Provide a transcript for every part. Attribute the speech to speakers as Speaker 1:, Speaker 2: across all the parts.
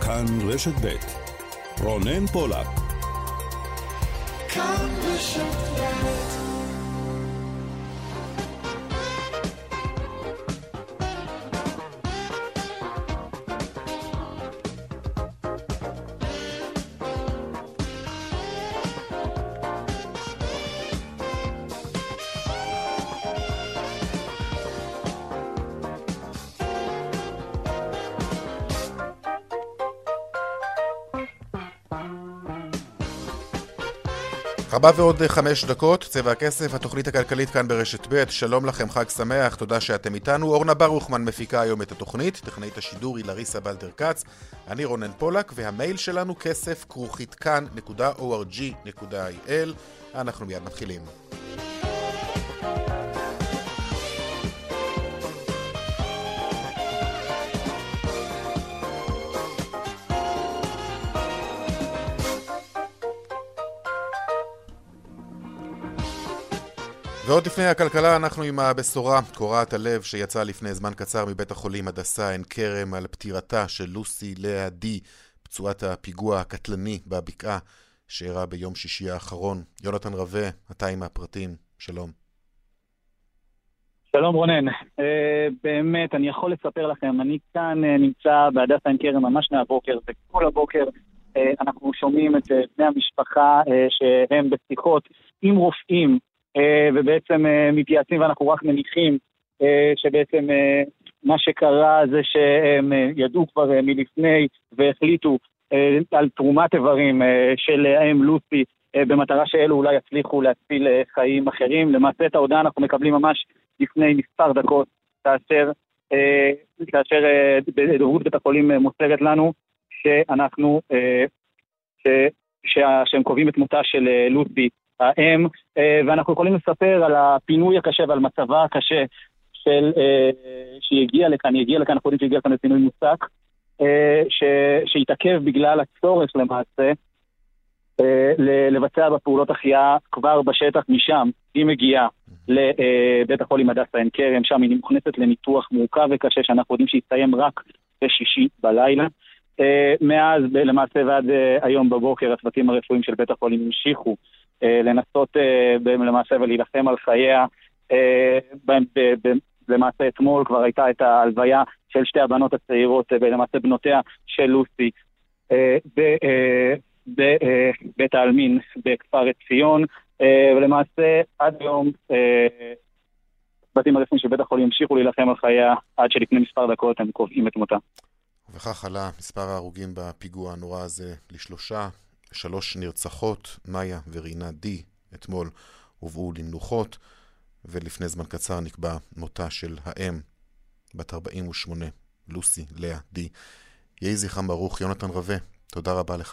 Speaker 1: כאן רשת ב' רונן פולק. כאן רשת ב'.
Speaker 2: רבה ועוד 5 דקות, צבע הכסף, התוכנית הכלכלית כאן ברשת ב'. שלום לכם, חג שמח, תודה שאתם איתנו. אורנה ברוכמן מפיקה היום את התוכנית, טכנאית השידור היא לריסה בלדר קץ, אני רונן פולק, והמייל שלנו כסף@כאן.org.il. אנחנו מיד מתחילים. ועוד לפני הכלכלה אנחנו עם הבשורה קורעת הלב שיצאה לפני זמן קצר מבית החולים הדסה עין כרם על פטירתה של לוסי לאה די, פצועת הפיגוע הקטלני בבקעה שאירע ביום שישי האחרון. יונתן רווה, אתה עם הפרטים, שלום.
Speaker 3: שלום רונן, באמת אני יכול לספר לכם, אני כאן נמצא בהדסה עין כרם ממש מהבוקר, וכל הבוקר אנחנו שומעים את בני המשפחה שהם בשיחות עם רופאים, ובעצם מתייעצים, ואנחנו רק מניחים שבעצם מה שקרה זה שהם ידעו כבר מלפני והחליטו על תרומת איברים של האם לוסי במטרה שאלו אולי יצליחו להציל חיים אחרים. למעשה את ההודעה אנחנו מקבלים ממש לפני מספר דקות, כאשר דוברות בית החולים מוסרת לנו שאנחנו שהם קובעים את מותה של לוסי האם, ואנחנו יכולים לספר על הפינוי הקשה ועל מצבה הקשה שהגיע לכאן, אנחנו יודעים שהגיע לכאן לפינוי מוצק, שהתעכב בגלל הצורך למעשה לבצע בפעולות החייאה כבר בשטח. משם היא מגיעה לבית החולים הדסה עין כרם, שם היא נכנסת לניתוח מורכב וקשה שאנחנו יודעים שהסתיים רק בשישי בלילה. מאז למעשה ועד היום בבוקר הצוותים הרפואיים של בית החולים המשיכו לנסות למעשה ולהילחם על חייה. למעשה אתמול כבר הייתה את ההלוויה של שתי הבנות הצעירות, למעשה בנותיה של לוסי, בבית העלמין בכפר ציון, ולמעשה עד היום הצוותים הרפואיים של בית החולים המשיכו להילחם על חייה עד שלפני מספר דקות הם קובעים את מותה.
Speaker 2: וכך עלה מספר ההרוגים בפיגוע הנורא הזה לשלושה. 3 נרצחות, מאיה ורינה די, אתמול הובאו למנוחות, ולפני זמן קצר נקבע מותה של האם, בת 48, לוסי לאה די. יהי זכרם ברוך. יונתן רווה, תודה רבה לך.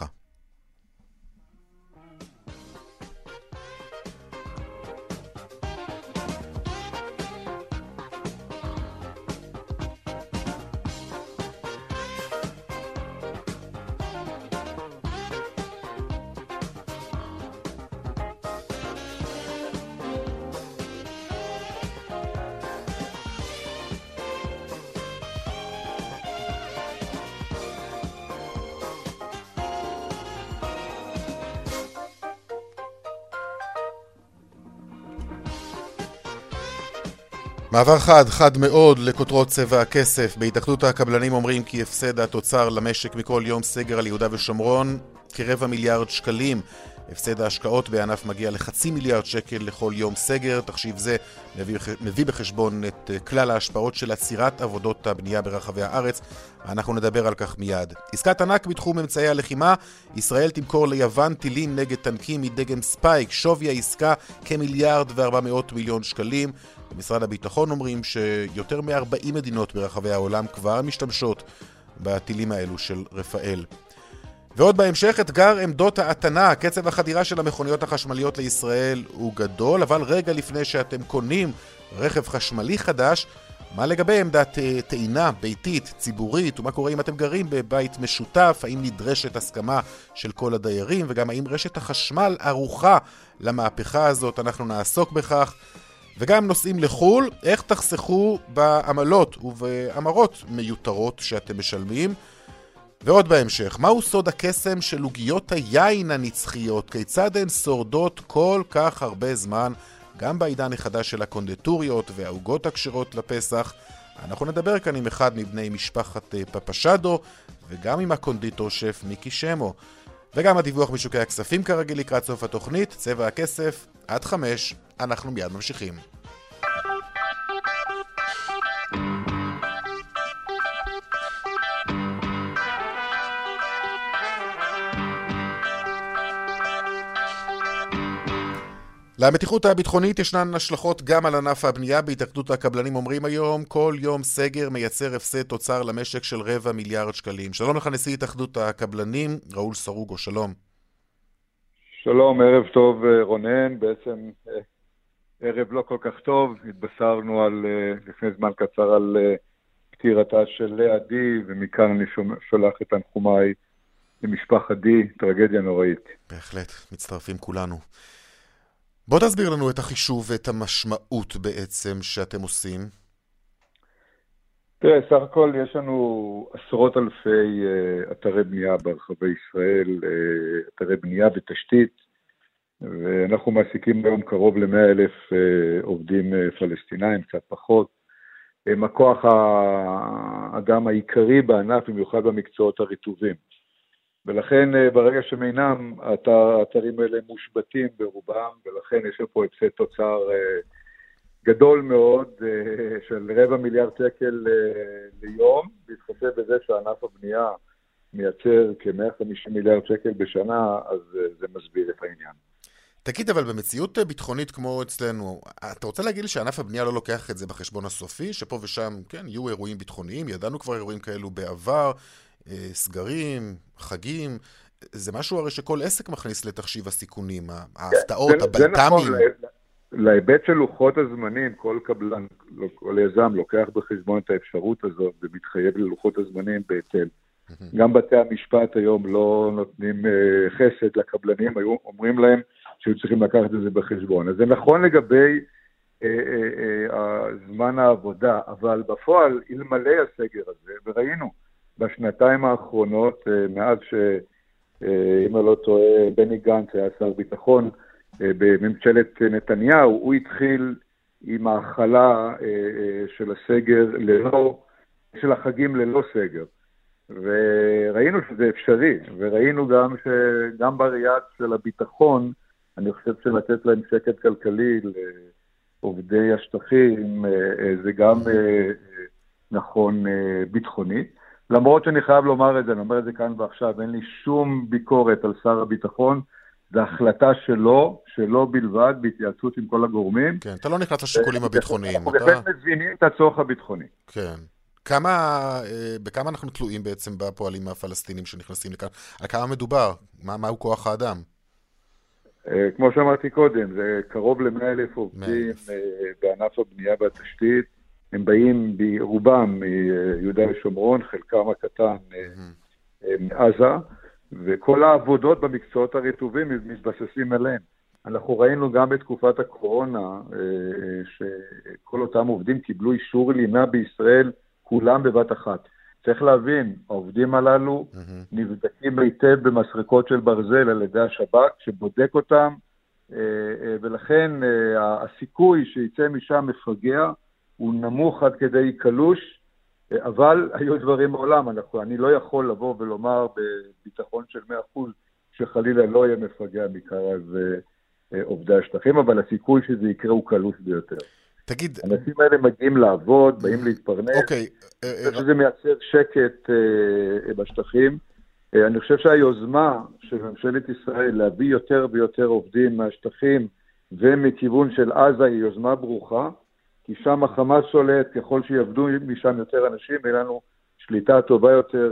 Speaker 2: מעבר חד מאוד לכותרות צבע הכסף. בהתאחדות הקבלנים אומרים כי הפסד התוצר למשק מכל יום סגר על יהודה ושומרון כ250 מיליארד שקלים. הפסד ההשקעות בענף מגיע ל500 מיליארד שקל לכל יום סגר. תחשיב זה מביא בחשבון את כלל ההשפעות של עצירת עבודות הבנייה ברחבי הארץ. אנחנו נדבר על כך מיד. עסקת ענק בתחום אמצעי הלחימה. ישראל תמכור ליוון טילים נגד טנקים מדגם ספייק. שווי העסקה כ1.4 מיליארד שקלים. במשרד הביטחון אומרים שיותר מ40 מדינות ברחבי העולם כבר משתמשות בטילים האלו של רפאל. ועוד בהמשך אתגר עמדות ההטענה. קצב החדירה של המכוניות החשמליות לישראל הוא גדול, אבל רגע לפני שאתם קונים רכב חשמלי חדש, מה לגבי עמדת טעינה ביתית, ציבורית, ומה קורה אם אתם גרים בבית משותף? האם נדרשת הסכמה של כל הדיירים, וגם האם רשת החשמל ערוכה למהפכה הזאת? אנחנו נעסוק בכך. וגם נוסעים לחול, איך תחסכו בעמלות ובאמרות מיותרות שאתם משלמים. ועוד בהמשך, מהו סוד הקסם של עוגיות היין הנצחיות? כיצד הן שורדות כל כך הרבה זמן, גם בעידן החדש של הקונדטוריות והעוגות הקשרות לפסח? אנחנו נדבר כאן עם אחד מבני משפחת פפשדו, וגם עם הקונדיטור שף מיקי שמו. וגם הדיווח משוקי הכספים כרגיל לקראת סוף התוכנית, צבע הכסף, עד 5, אנחנו מיד ממשיכים. למתיחות הביטחונית ישנן השלכות גם על ענף הבנייה. בהתאחדות הקבלנים אומרים היום, כל יום סגר מייצר הפסד תוצר למשק של 250 מיליארד שקלים. שלום לך נשיא התאחדות הקבלנים, ראול סרוגו, שלום.
Speaker 4: שלום, ערב טוב רונן, בעצם ערב לא כל כך טוב, התבשרנו לפני זמן קצר על פטירתה של לאה די, ומכאן אני שולח את תנחומיי למשפחת די, טרגדיה נוראית.
Speaker 2: בהחלט, מצטרפים כולנו. בוא תסביר לנו את החישוב ואת המשמעות בעצם שאתם עושים.
Speaker 4: תראה, סך הכל יש לנו עשרות אלפי אתרי בנייה ברחבי ישראל, אתרי בנייה ותשתית, ואנחנו מעסיקים היום קרוב ל100,000 עובדים פלסטינאים, קצת פחות. הם הכוח האדם העיקרי בענף, במיוחד במקצועות הרטובים. ולכן ברגע שמינם, האתרים האלה מושבתים ברובם, ולכן יש פה הפסד תוצר גדול מאוד של 250 מיליארד שקל ליום, בהתחשב בזה שענף הבנייה מייצר כ150 מיליארד שקל בשנה, אז זה מסביר את העניין.
Speaker 2: תגיד, אבל במציאות ביטחונית כמו אצלנו, אתה רוצה להגיד לי שענף הבנייה לא לוקח את זה בחשבון הסופי, שפה ושם, כן, יהיו אירועים ביטחוניים, ידענו כבר אירועים כאלו בעבר, סגרים, חגים, זה משהו הרי שכל עסק מכניס לתחשיב הסיכונים, ההפתעות, הבלת"מים. זה נכון,
Speaker 4: להיבט של לוחות הזמנים, כל קבלן, כל יזם לוקח בחשבון את האפשרות הזאת, ומתחייב ללוחות הזמנים בהיטל. גם בתי המשפט היום לא נותנים חסד לקבלנים, היו אומרים להם שהיו צריכים לקחת את זה בחשבון. אז זה נכון לגבי זמן העבודה, אבל בפועל, אלמלא הסגר הזה, וראינו, בשנתיים האחרונות, מאז שאם אני לא טועה, בני גנץ היה שר ביטחון בממשלת נתניהו, הוא התחיל עם ההחלה של הסגר של החגים ללא סגר. וראינו שזה אפשרי, וראינו גם שגם בראייה של הביטחון, אני חושב שלתת להם שקט כלכלי לעובדי השטחים, זה גם נכון ביטחונית. למרות שאני חייב לומר את זה, אני אומר את זה כאן ועכשיו, אין לי שום ביקורת על שר הביטחון, זו החלטה שלו בלבד, בהתייעצות עם כל הגורמים.
Speaker 2: כן, אתה לא נכנס לשיקולים הביטחוניים.
Speaker 4: אנחנו באמת מבינים את הצורך הביטחוני.
Speaker 2: כן. בכמה אנחנו תלויים בעצם בפועלים הפלסטינים שנכנסים לכאן? על כמה מדובר? מהו כוח האדם?
Speaker 4: כמו שאמרתי קודם, זה קרוב ל100,000 עובדים בענף הבנייה והתשתית, הם באים ברובם מיהודה ושומרון, חלקם הקטן מעזה, וכל העבודות במקצועות הרטובים מתבססים עליהם. אנחנו ראינו גם בתקופת הקורונה, שכל אותם עובדים קיבלו אישור לינה בישראל, כולם בבת אחת. צריך להבין, העובדים הללו נבדקים היטב במסרקות של ברזל על ידי השב"כ, שבודק אותם, ולכן הסיכוי שיצא משם מפגע, הוא נמוך עד כדי קלוש, אבל היו דברים מעולם, אני לא יכול לבוא ולומר בביטחון של 100% שחלילה לא יהיה מפגע מקרב עובדי השטחים, אבל הסיכוי שזה יקרה הוא קלוש ביותר.
Speaker 2: תגיד...
Speaker 4: האנשים האלה מגיעים לעבוד, באים להתפרנס, שזה מייצר שקט בשטחים. אני חושב שהיוזמה של ממשלת ישראל להביא יותר ויותר עובדים מהשטחים ומכיוון של עזה היא יוזמה ברוכה, כי שם החמאס שולט, ככל שיעבדו משם יותר אנשים, יהיה לנו שליטה טובה יותר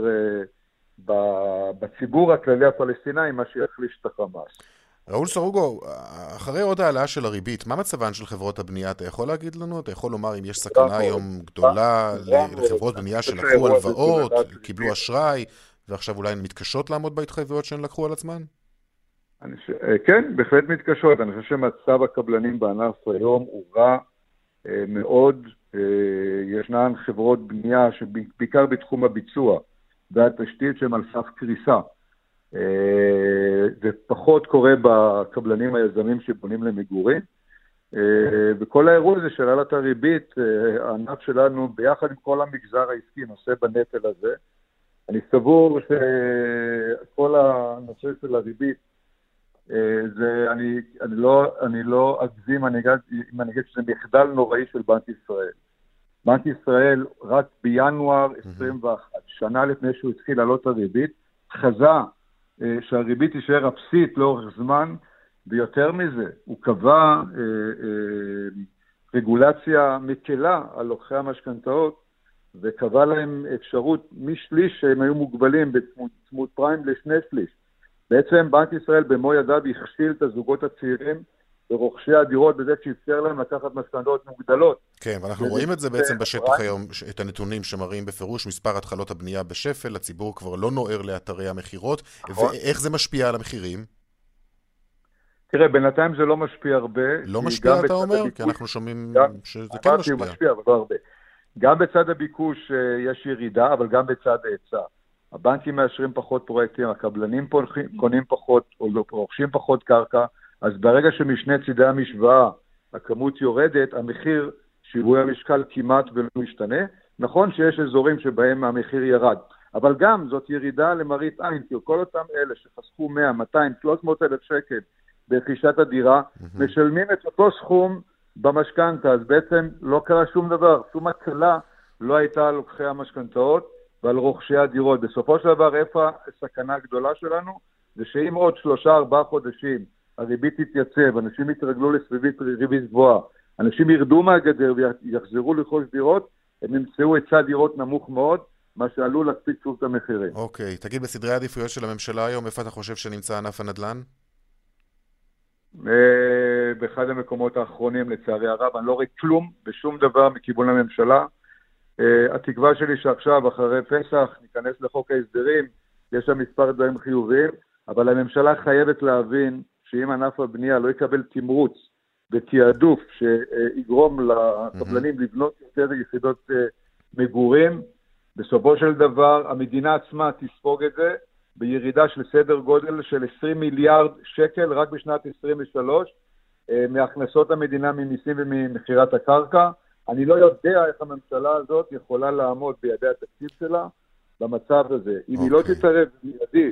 Speaker 4: בציבור הכללי הפלסטיני, מה שיחליש את החמאס.
Speaker 2: ראול סרוגו, אחרי עוד העלאה של הריבית, מה מצבן של חברות הבנייה? אתה יכול להגיד לנו? אתה יכול לומר אם יש סכנה היום גדולה לחברות בנייה שלקחו הלוואות, קיבלו אשראי, ועכשיו אולי הן מתקשות לעמוד בהתחייבויות שהן לקחו על עצמן?
Speaker 4: כן, בהחלט מתקשות. אני חושב שמצב הקבלנים בענף היום הוא רע מאוד. ישנן חברות בנייה שבעיקר בתחום הביצוע, והתשתית שהם על סף קריסה. זה פחות קורה בקבלנים היזמים שבונים למגורים, וכל האירוע הזה של העלאת הריבית, הענף שלנו ביחד עם כל המגזר העסקי נושא בנטל הזה. אני סבור שכל הנושא של הריבית, אני לא אגזים אם אני אגיד שזה מחדל נוראי של בנק ישראל. בנק ישראל רק בינואר 21, שנה לפני שהוא התחיל לעלות הריבית, חזה שהריבית תישאר אפסית לאורך זמן, ויותר מזה, הוא קבע רגולציה מקלה על לוקחי המשכנתאות, וקבע להם אפשרות משליש שהם היו מוגבלים בצמוד פריים לשני שליש. בעצם בנק ישראל במו ידיו הכשיל את הזוגות הצעירים ברוכשי הדירות בזה שאפשר להם לקחת משכנתאות מוגדלות.
Speaker 2: כן, ואנחנו רואים את זה בעצם בשטח היום, את הנתונים שמראים בפירוש מספר התחלות הבנייה בשפל, הציבור כבר לא נוער לאתרי המחירות, ואיך זה משפיע על המחירים?
Speaker 4: תראה, בינתיים זה לא משפיע הרבה.
Speaker 2: לא משפיע, אתה אומר? כי אנחנו שומעים שזה כן משפיע.
Speaker 4: משפיע, אבל לא הרבה. גם בצד הביקוש יש ירידה, אבל גם בצד ההיצע. הבנקים מאשרים פחות פרויקטים, הקבלנים קונים פחות, או לא רוכשים פחות קרקע, אז ברגע שמשני צידי המשוואה הכמות יורדת, המחיר שיווי המשקל כמעט ולא משתנה. נכון שיש אזורים שבהם המחיר ירד, אבל גם זאת ירידה למראית עין, כי כל אותם אלה שחסכו 100, 200, 300 אלף שקל ברכישת הדירה, משלמים את אותו סכום במשכנתה, אז בעצם לא קרה שום דבר, שום הקלה לא הייתה על לוקחי המשכנתאות ועל רוכשי הדירות. בסופו של דבר, איפה הסכנה הגדולה שלנו? זה שאם עוד 3-4 חודשים הריבית תתייצב, אנשים יתרגלו לסביבית ריבית גבוהה, אנשים ירדו מהגדר ויחזרו לרכוש דירות, הם ימצאו היצע דירות נמוך מאוד, מה שעלול להקפיץ שוב את המחירים.
Speaker 2: אוקיי, תגיד, בסדרי העדיפויות של הממשלה היום, איפה אתה חושב שנמצא ענף הנדל"ן?
Speaker 4: באחד המקומות האחרונים, לצערי הרב, אני לא רואה כלום בשום דבר מכיוון הממשלה. התקווה שלי שעכשיו, אחרי פסח, ניכנס לחוק ההסדרים, יש שם מספר דברים חיוביים, אבל הממשלה חייבת להבין שאם ענף הבנייה לא יקבל תמרוץ ותיעדוף שיגרום לקבלנים לבנות יותר יחידות מגורים, בסופו של דבר המדינה עצמה תספוג את זה בירידה של סדר גודל של 20 מיליארד שקל רק בשנת 23 מהכנסות המדינה ממיסים וממחירת הקרקע. אני לא יודע איך הממשלה הזאת יכולה לעמוד בידי התקציב שלה במצב הזה. אם היא לא תתערב מיידית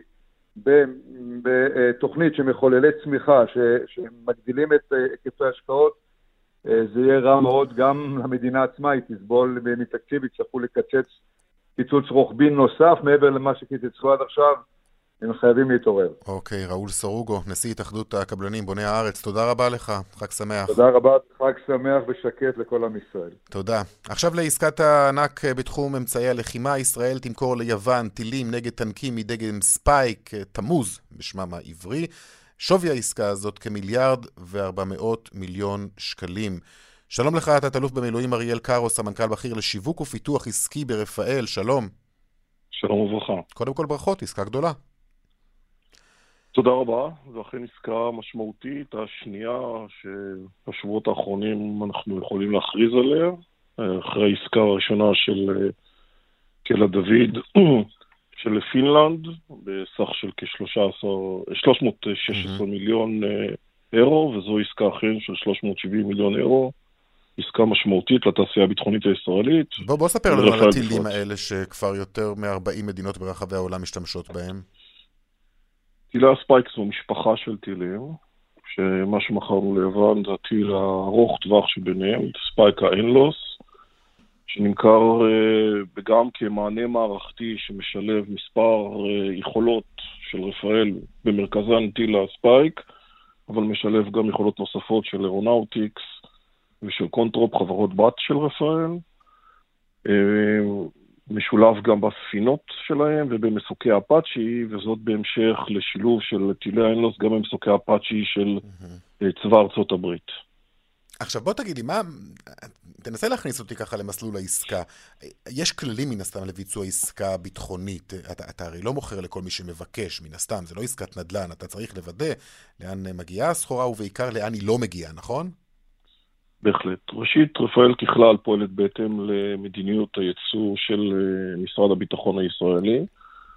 Speaker 4: בתוכנית שמחוללי צמיחה, שמגדילים את היקפי ההשקעות, זה יהיה רע מאוד גם למדינה עצמה, היא תסבול מתקציב, יצטרכו לקצץ קיצוץ רוחבי נוסף מעבר למה שקיצצו עד עכשיו, הם חייבים להתעורר.
Speaker 2: אוקיי, ראול סרוגו, נשיא התאחדות הקבלנים בוני הארץ, תודה רבה לך, חג שמח.
Speaker 4: תודה רבה, חג שמח ושקט לכל עם ישראל.
Speaker 2: תודה. עכשיו לעסקת הענק בתחום אמצעי הלחימה, ישראל תמכור ליוון טילים נגד טנקים מדגם ספייק, תמוז בשמם העברי. שווי העסקה הזאת כ1,400 מיליון שקלים. שלום לך, תת-אלוף במילואים אריאל קארו, סמנכ"ל בכיר לשיווק ופיתוח עסקי ברפאל, שלום.
Speaker 5: שלום וברכה.
Speaker 2: קודם כל ברכות, עסקה גדולה.
Speaker 5: תודה רבה, זו אכן עסקה משמעותית, השנייה שבשבועות האחרונים אנחנו יכולים להכריז עליה, אחרי העסקה הראשונה של קלע דוד של פינלנד, בסך של כ-316 מיליון אירו, וזו עסקה אכן של 370 מיליון אירו, עסקה משמעותית לתעשייה הביטחונית הישראלית.
Speaker 2: בוא ספר לנו על הטילים האלה שכבר יותר מ-40 מדינות ברחבי העולם משתמשות בהם.
Speaker 5: טילי הספייק זו משפחה של טילים, שמה שמכרנו ליוון זה הטיל הארוך טווח שביניהם, ספייק האנלוס, שנמכר גם כמענה מערכתי שמשלב מספר יכולות של רפאל במרכזן טיל הספייק, אבל משלב גם יכולות נוספות של אירונאוטיקס ושל קונטרופ, חברות בת של רפאל, משולב גם בספינות שלהם ובמסוקי אפאצ'י, וזאת בהמשך לשילוב של טילי האנלוס גם במסוקי אפאצ'י של צבא ארצות הברית.
Speaker 2: עכשיו בוא תגיד לי, תנסה להכניס אותי ככה למסלול העסקה. יש כללים מן הסתם לביצוע עסקה ביטחונית. אתה הרי לא מוכר לכל מי שמבקש מן הסתם, זה לא עסקת נדל"ן, אתה צריך לוודא לאן מגיעה הסחורה ובעיקר לאן היא לא מגיעה, נכון?
Speaker 5: בהחלט. ראשית, רפאל ככלל פועלת בהתאם למדיניות הייצוא של משרד הביטחון הישראלי,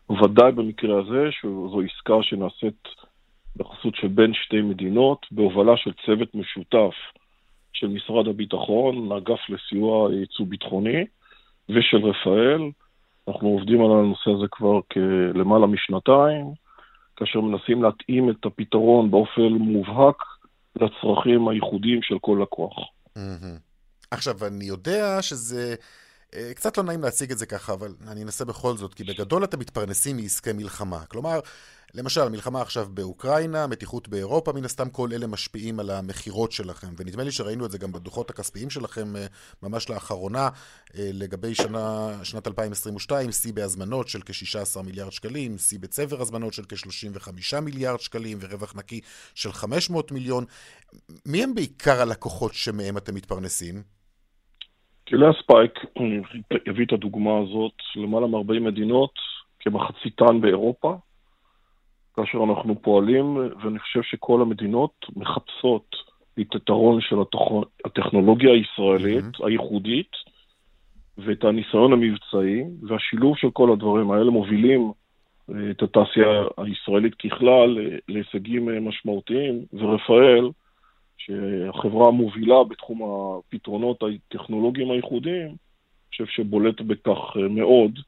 Speaker 5: ודאי במקרה הזה, שזו עסקה שנעשית בחסות של בין שתי מדינות, בהובלה של צוות משותף של משרד הביטחון, האגף לסיוע ייצוא ביטחוני, ושל רפאל. אנחנו עובדים על הנושא הזה כבר למעלה משנתיים, כאשר מנסים להתאים את הפתרון באופן מובהק לצרכים הייחודיים של כל לקוח.
Speaker 2: עכשיו, אני יודע שזה קצת לא נעים להציג את זה ככה, אבל אני אנסה בכל זאת, כי בגדול אתם מתפרנסים מעסקי מלחמה. כלומר, למשל, מלחמה עכשיו באוקראינה, מתיחות באירופה, מן הסתם כל אלה משפיעים על המחירות שלכם, ונדמה לי שראינו את זה גם בדוחות הכספיים שלכם ממש לאחרונה, לגבי שנת 2022, שיא בהזמנות של כ-16 מיליארד שקלים, שיא בצבר הזמנות של כ-35 מיליארד שקלים, ורווח נקי של 500 מיליון. מי הם בעיקר הלקוחות שמהם אתם מתפרנסים?
Speaker 5: כלי הספייק, אני אביא את הדוגמה הזאת, למעלה מ-40 מדינות, כמחציתן באירופה, כאשר אנחנו פועלים, ואני חושב שכל המדינות מחפשות את היתרון של הטכנולוגיה הישראלית, הייחודית, ואת הניסיון המבצעי, והשילוב של כל הדברים האלה מובילים את התעשייה הישראלית ככלל להישגים משמעותיים, ורפאל, שהחברה המובילה בתחום הפתרונות הטכנולוגיים הייחודיים, אני חושב שבולט בכך מאוד,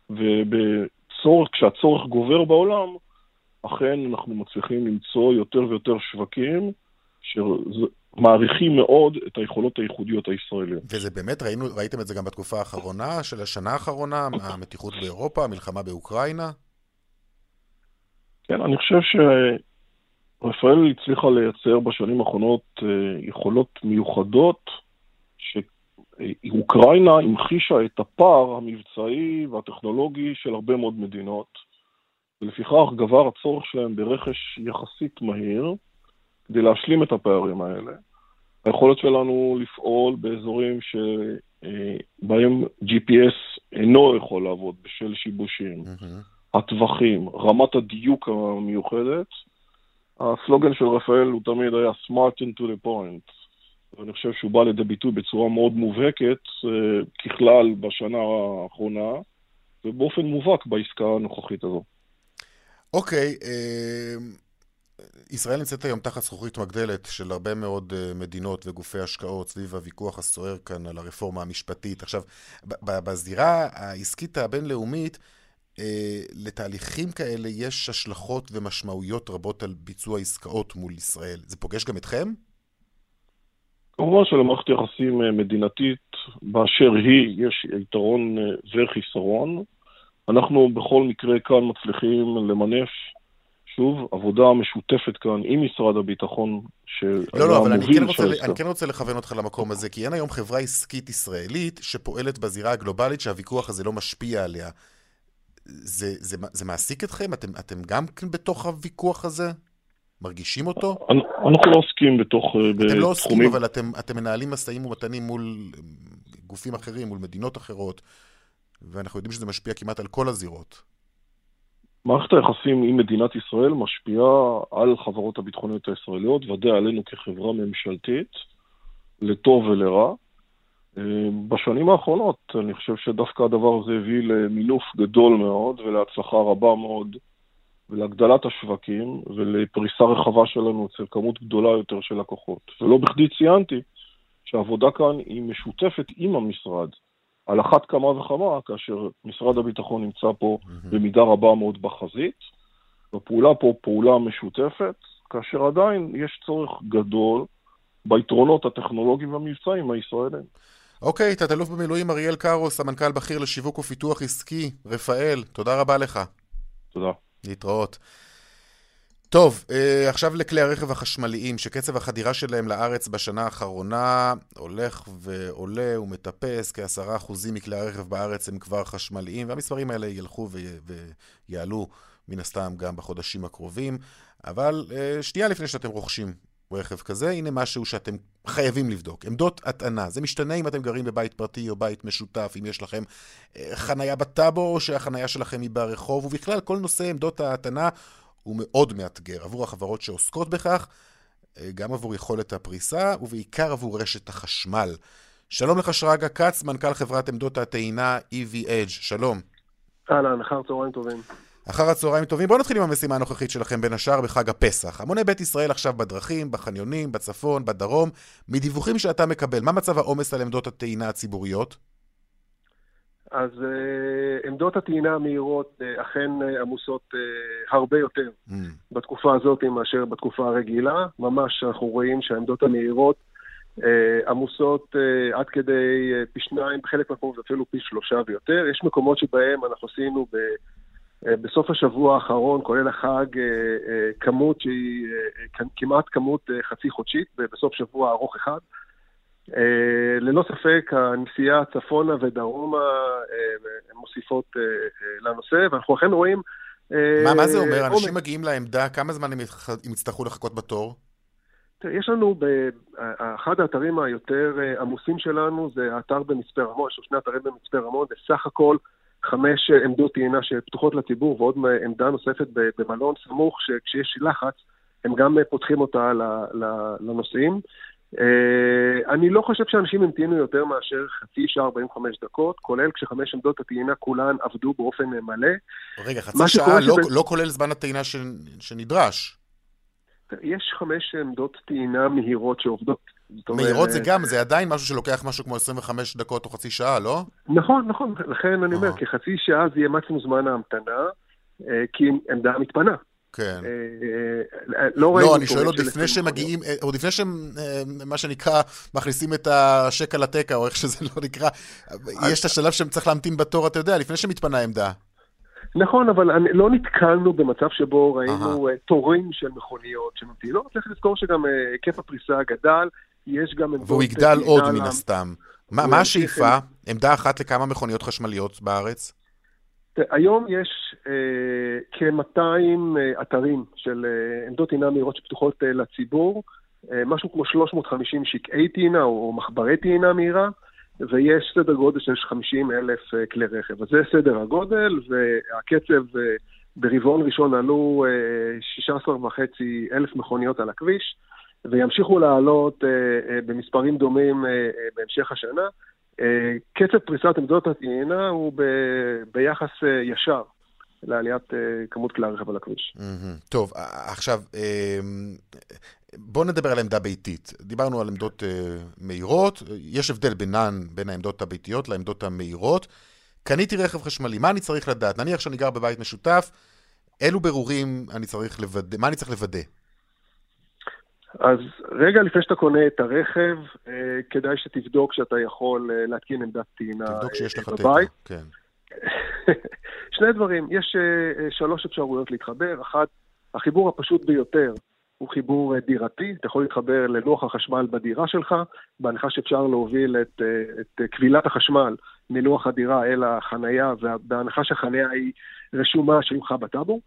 Speaker 5: כשהצורך גובר בעולם, אכן אנחנו מצליחים למצוא יותר ויותר שווקים שמעריכים מאוד את היכולות הייחודיות הישראליות.
Speaker 2: וזה באמת, ראיתם את זה גם בתקופה האחרונה, של השנה האחרונה, המתיחות באירופה, המלחמה באוקראינה? כן,
Speaker 5: אני חושב רפאל הצליחה לייצר בשנים האחרונות יכולות מיוחדות, שאוקראינה המחישה את הפער המבצעי והטכנולוגי של הרבה מאוד מדינות, ולפיכך גבר הצורך שלהם ברכש יחסית מהיר, כדי להשלים את הפערים האלה. היכולת שלנו לפעול באזורים שבהם GPS אינו יכול לעבוד בשל שיבושים, הטווחים, רמת הדיוק המיוחדת, הסלוגן של רפאל הוא תמיד היה smart and to the point, ואני חושב שהוא בא לידי ביטוי בצורה מאוד מובהקת, ככלל בשנה האחרונה, ובאופן מובהק בעסקה הנוכחית הזו.
Speaker 2: אוקיי, ישראל נמצאת היום תחת זכוכית מגדלת של הרבה מאוד מדינות וגופי השקעות סביב הוויכוח הסוער כאן על הרפורמה המשפטית. עכשיו, בזירה העסקית הבינלאומית, לתהליכים כאלה יש השלכות ומשמעויות רבות על ביצוע עסקאות מול ישראל. זה פוגש גם אתכם?
Speaker 5: כמובן שלמערכת יחסים מדינתית באשר היא יש יתרון וחיסרון. אנחנו בכל מקרה כאן מצליחים למנף שוב עבודה משותפת כאן עם משרד הביטחון.
Speaker 2: לא, אבל אני כן רוצה לכוון אותך למקום הזה, כי אין היום חברה עסקית ישראלית שפועלת בזירה הגלובלית שהוויכוח הזה לא משפיע עליה. זה מעסיק אתכם? אתם גם בתוך הוויכוח הזה? מרגישים אותו?
Speaker 5: אנחנו לא עוסקים בתוך...
Speaker 2: אתם לא עוסקים, אבל אתם מנהלים משאים ומתנים מול גופים אחרים, מול מדינות אחרות, ואנחנו יודעים שזה משפיע כמעט על כל הזירות.
Speaker 5: מערכת היחסים עם מדינת ישראל משפיעה על חברות הביטחוניות הישראליות, ודאי עלינו כחברה ממשלתית, לטוב ולרע. בשנים האחרונות אני חושב שדווקא הדבר הזה הביא למינוף גדול מאוד ולהצלחה רבה מאוד ולהגדלת השווקים ולפריסה רחבה שלנו אצל כמות גדולה יותר של לקוחות. ולא בכדי ציינתי שהעבודה כאן היא משותפת עם המשרד על אחת כמה וכמה, כאשר משרד הביטחון נמצא פה במידה רבה מאוד בחזית, והפעולה פה פעולה משותפת, כאשר עדיין יש צורך גדול ביתרונות הטכנולוגיים והמבצעיים הישראלים.
Speaker 2: אוקיי, תת-אלוף במילואים אריאל קארוס, המנכ"ל בכיר לשיווק ופיתוח עסקי, רפאל, תודה רבה לך.
Speaker 5: תודה.
Speaker 2: להתראות. טוב, עכשיו לכלי הרכב החשמליים, שקצב החדירה שלהם לארץ בשנה האחרונה הולך ועולה ומטפס, כ10% מכלי הרכב בארץ הם כבר חשמליים, והמספרים האלה ילכו ויעלו מן הסתם גם בחודשים הקרובים, אבל שנייה לפני שאתם רוכשים רכב כזה, הנה משהו שאתם חייבים לבדוק. עמדות הטענה. זה משתנה אם אתם גרים בבית פרטי או בית משותף, אם יש לכם חנייה בטאבו או שהחנייה שלכם היא ברחוב, ובכלל כל נושא עמדות הטענה הוא מאוד מאתגר עבור החברות שעוסקות בכך, גם עבור יכולת הפריסה ובעיקר עבור רשת החשמל. שלום לך שרגא כץ, מנכ"ל חברת עמדות הטעינה EV Edge. שלום.
Speaker 6: אהלן, אחר צהריים טובים.
Speaker 2: אחר הצהריים טובים. בואו נתחיל עם המשימה הנוכחית שלכם בין השאר בחג הפסח. המוני בית ישראל עכשיו בדרכים, בחניונים, בצפון, בדרום. מדיווחים שאתה מקבל, מה מצב העומס על עמדות הטעינה הציבוריות?
Speaker 6: אז עמדות הטעינה המהירות אכן עמוסות הרבה יותר בתקופה הזאת מאשר בתקופה הרגילה. ממש אנחנו רואים שהעמדות המהירות עמוסות עד כדי פי 2, בחלק מהמקומות אפילו פי 3 ויותר. יש מקומות שבהם אנחנו עשינו בסוף השבוע האחרון, כולל החג, כמות שהיא כמעט כמות חצי חודשית, בסוף שבוע ארוך אחד. ללא ספק, הנסיעה צפונה ודרומה מוסיפות לנושא, ואנחנו אכן רואים...
Speaker 2: מה זה אומר? אנשים מגיעים לעמדה, כמה זמן הם יצטרכו לחכות בתור?
Speaker 6: יש לנו, אחד האתרים היותר עמוסים שלנו, זה האתר במצפה רמון, יש לו 2 אתרים במצפה רמון, בסך הכל 5 עמדות טעינה שפתוחות לציבור, ועוד עמדה נוספת במלון סמוך, שכשיש לחץ, הם גם פותחים אותה לנוסעים. אני לא חושב שאנשים המתינו יותר מאשר חצי שעה 45 דקות, כולל כש5 עמדות הטעינה כולן עבדו באופן מלא.
Speaker 2: רגע, חצי שעה לא כולל זמן הטעינה שנדרש.
Speaker 6: יש 5 עמדות טעינה מהירות שעובדות.
Speaker 2: מהירות זה גם, זה עדיין משהו שלוקח משהו כמו 25 דקות או חצי שעה, לא?
Speaker 6: נכון, נכון. לכן אני אומר, כחצי שעה זה יהיה מקסימום זמן ההמתנה, כי עמדה מתפנה.
Speaker 2: כן.
Speaker 6: לא,
Speaker 2: אני שואל עוד לפני שהם מגיעים, עוד לפני שהם, מה שנקרא, מכניסים את השק על התקה, או איך שזה לא נקרא, יש את השלב שהם צריך להמתין בתור, אתה יודע, לפני שמתפנה עמדה.
Speaker 6: נכון, אבל לא נתקלנו במצב שבו ראינו תורים של מכוניות שממתינות. צריך לזכור שגם היקף הפריסה גדל, יש גם...
Speaker 2: והוא יגדל עוד מן הסתם. מה השאיפה? עמדה אחת לכמה מכוניות חשמליות בארץ?
Speaker 6: היום יש כ-200 אתרים של עמדות טעינה מהירות שפתוחות לציבור, משהו כמו 350 שקעי טעינה או מחברי טעינה מהירה, ויש סדר גודל של 50,000 כלי רכב. אז זה סדר הגודל, והקצב ברבעון ראשון עלו 16,500 מכוניות על הכביש, וימשיכו לעלות במספרים דומים בהמשך השנה. קצב פריסת עמדות הטעינה הוא ביחס ישר לעליית כמות כלי הרכב על הכביש.
Speaker 2: טוב, עכשיו, בואו נדבר על עמדה ביתית. דיברנו על עמדות מהירות, יש הבדל בין העמדות הביתיות לעמדות המהירות. קניתי רכב חשמלי, מה אני צריך לדעת? נניח שאני גר בבית משותף, אילו ברורים אני צריך לוודא, מה אני צריך לוודא?
Speaker 6: אז רגע לפני שאתה קונה את הרכב, כדאי שתבדוק שאתה יכול להתקין עמדת טעינה בבית.
Speaker 2: תבדוק שיש לך תקע, כן.
Speaker 6: 2 דברים, יש 3 אפשרויות להתחבר. אחת, החיבור הפשוט ביותר הוא חיבור דירתי, אתה יכול להתחבר ללוח החשמל בדירה שלך, בהנחה שאפשר להוביל את כבילת החשמל מלוח הדירה אל החנייה, ובהנחה שהחנייה היא רשומה שלך בטאבו.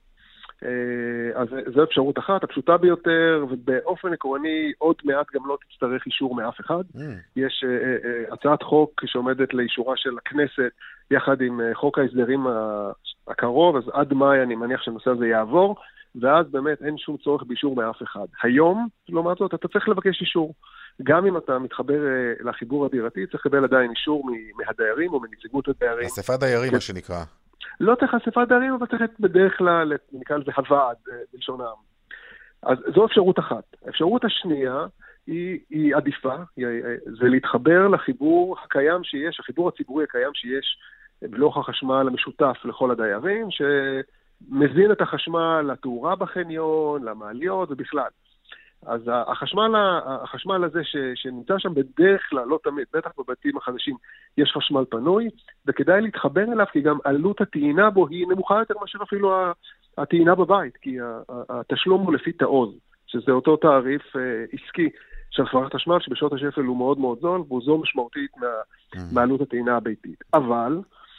Speaker 6: אז זו אפשרות אחת, הפשוטה ביותר, ובאופן עקרוני עוד מעט גם לא תצטרך אישור מאף אחד. יש הצעת חוק שעומדת לאישורה של הכנסת, יחד עם חוק ההסדרים הקרוב, אז עד מאי אני מניח שהנושא הזה יעבור, ואז באמת אין שום צורך באישור מאף אחד. היום, לעומת זאת, אתה צריך לבקש אישור. גם אם אתה מתחבר לחיבור הדירתי, צריך לקבל עדיין אישור מהדיירים או מנציגות הדיירים.
Speaker 2: אספת דיירים, מה שנקרא.
Speaker 6: לא צריך אספת דיירים, אבל צריך בדרך כלל, נקרא לזה הוועד, בלשון העם. אז זו אפשרות אחת. האפשרות השנייה היא עדיפה, זה להתחבר לחיבור הקיים שיש, החיבור הציבורי הקיים שיש בלוח החשמל המשותף לכל הדיירים, שמזין את החשמל לתאורה בחניון, למעליות ובכלל. אז החשמל הזה שנמצא שם בדרך כלל, לא תמיד, בטח בבתים החדשים, יש חשמל פנוי, וכדאי להתחבר אליו, כי גם עלות הטעינה בו היא נמוכה יותר מאשר אפילו הטעינה בבית, כי התשלום הוא לפי תעוז, שזה אותו תעריף עסקי של חברת חשמל, שבשעות השפל הוא מאוד מאוד זול, והוא זול משמעותית מעלות הטעינה הביתית. אבל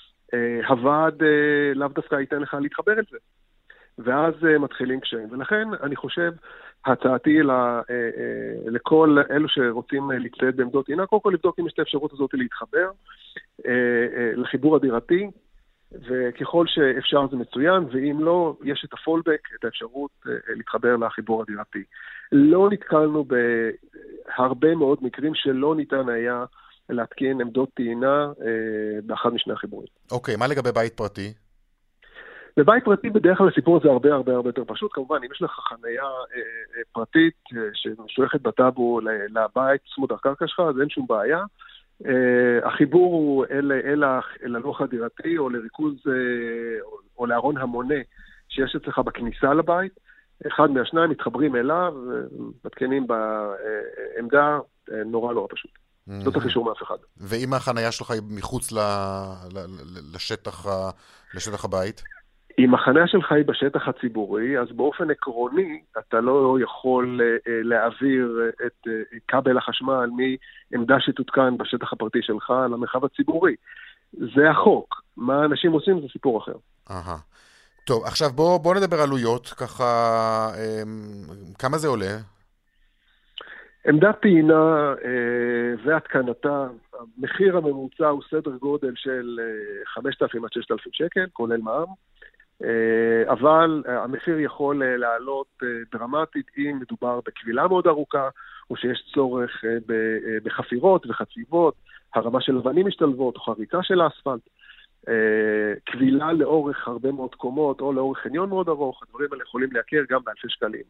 Speaker 6: הוועד לאו דווקא ייתן לך להתחבר את זה. ואז מתחילים קשיים. ולכן אני חושב, הצעתי לכל אלו שרוצים להצטייד בעמדות טעינה, קודם כל לבדוק אם יש את האפשרות הזאת להתחבר לחיבור הדירתי, וככל שאפשר זה מצוין, ואם לא, יש את הפולבק, את האפשרות להתחבר לחיבור הדירתי. לא נתקלנו בהרבה מאוד מקרים שלא ניתן היה להתקין עמדות טעינה באחד משני החיבורים.
Speaker 2: אוקיי, מה לגבי בית פרטי?
Speaker 6: בבית פרטי בדרך כלל הסיפור הזה הרבה הרבה הרבה יותר פשוט. כמובן, אם יש לך חנייה פרטית שמשויכת בטאבו לבית צמוד הקרקע שלך, אז אין שום בעיה. החיבור הוא אל הלוח הדירתי או לריכוז או לארון המונה שיש אצלך בכניסה לבית. אחד מהשניים מתחברים אליו, מתקנים בעמדה, נורא לא פשוט. לא צריך אישור מאף אחד.
Speaker 2: ואם החנייה שלך היא מחוץ לשטח הבית?
Speaker 6: אם החנייה שלך היא בשטח הציבורי, אז באופן עקרוני אתה לא יכול להעביר את כבל החשמל מעמדה שתותקן בשטח הפרטי שלך למרחב הציבורי. זה החוק. מה אנשים עושים זה סיפור אחר.
Speaker 2: טוב, עכשיו בוא נדבר עלויות, ככה, כמה זה עולה?
Speaker 6: עמדת טעינה והתקנתה, המחיר הממוצע הוא סדר גודל של 5,000 עד 6,000 שקל, כולל מע"מ, אבל המחיר יכול לעלות דרמטית אם מדובר בכבילה מאוד ארוכה, או שיש צורך בחפירות וחציבות, הרמה של לבנים משתלבות, או חריצה של האספלט. כבילה לאורך הרבה מאוד קומות, או לאורך חניון מאוד ארוך, הדברים האלה יכולים להכיר גם באלפי שקלים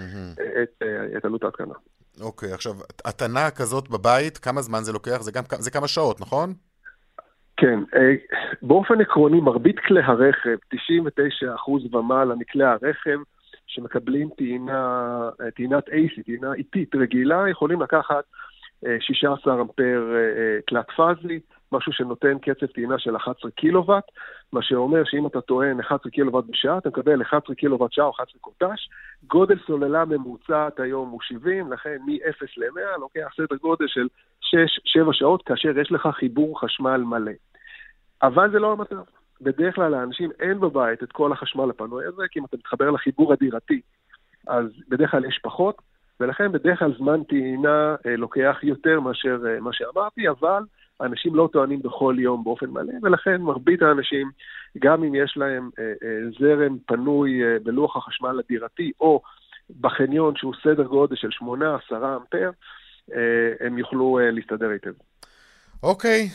Speaker 6: את עלות ההתקנה.
Speaker 2: אוקיי, עכשיו, התקנה כזאת בבית, כמה זמן זה לוקח? זה כמה שעות, נכון?
Speaker 6: כן, באופן עקרוני, מרבית כלי הרכב, 99% ומעלה מכלי הרכב, שמקבלים טעינת AC, טעינה איטית רגילה, יכולים לקחת 16 אמפר תלת פאזי, משהו שנותן קצב טעינה של 11 קילוואט, מה שאומר שאם אתה טוען 11 קילוואט בשעה, אתה מקבל 11 קילוואט שעה או 11 קוטש. גודל סוללה ממוצעת היום הוא 70, לכן מ-0 ל-100 לוקח סדר גודל של 6-7 שעות, כאשר יש לך חיבור חשמל מלא. אבל זה לא המצב. בדרך כלל לאנשים אין בבית את כל החשמל הפנוי הזה, כי אם אתה מתחבר לחיבור הדירתי, אז בדרך כלל יש פחות, ולכן בדרך כלל זמן טעינה לוקח יותר מאשר מה שאמרתי, אבל האנשים לא טוענים בכל יום באופן מלא, ולכן מרבית האנשים, גם אם יש להם זרם פנוי בלוח החשמל הדירתי, או בחניון שהוא סדר גודל של 8-10 אמפר, הם יוכלו להסתדר היטב.
Speaker 2: אוקיי,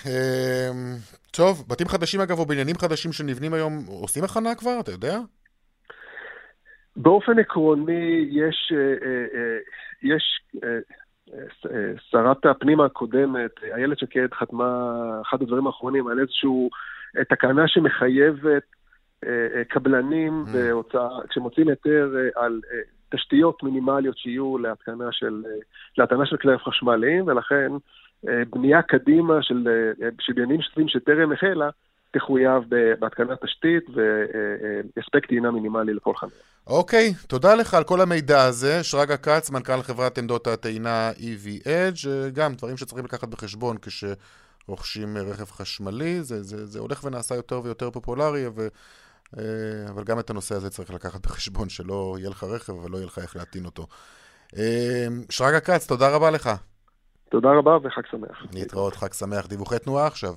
Speaker 2: טוב, בתים חדשים אגב, או בניינים חדשים שנבנים היום, עושים הכנה כבר, אתה יודע?
Speaker 6: באופן עקרוני יש שרת הפנים הקודמת, איילת שקד חתמה אחד הדברים האחרונים על איזשהו תקנה שמחייבת קבלנים כשמוצאים היתר על תשתיות מינימליות שיהיו להתקנה של כלי חשמליים, ולכן בנייה קדימה של בניינים שטרם החלה תחויב בהתקנת תשתית והספק טעינה מינימלי לכל חניה.
Speaker 2: אוקיי, תודה לך על כל המידע הזה. שרגא כץ, מנכ"ל חברת עמדות הטעינה EV Edge, גם דברים שצריכים לקחת בחשבון כשרוכשים רכב חשמלי, זה הולך ונעשה יותר ויותר פופולרי, אבל גם את הנושא הזה צריך לקחת בחשבון, שלא יהיה לך רכב ולא יהיה לך איך להטעין אותו. שרגא כץ, תודה רבה לך.
Speaker 6: תודה רבה וחג שמח.
Speaker 2: נתראות, חג שמח. דיווחי תנועה עכשיו.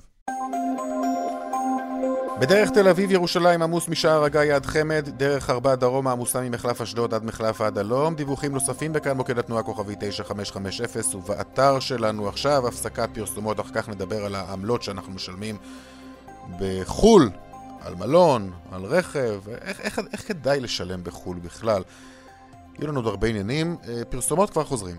Speaker 2: בדרך תל אביב ירושלים עמוס משער הגיא עד חמד, דרך 4 דרום עמוסה ממחלף אשדוד עד מחלף עד הלום. דיווחים נוספים בכאן מוקד התנועה כוכבי 9550, ובאתר שלנו עכשיו הפסקת פרסומות, אחר כך נדבר על העמלות שאנחנו משלמים בחול, על מלון, על רכב, איך כדאי לשלם בחול בכלל. יהיו לנו עוד הרבה עניינים, פרסומות כבר חוזרים.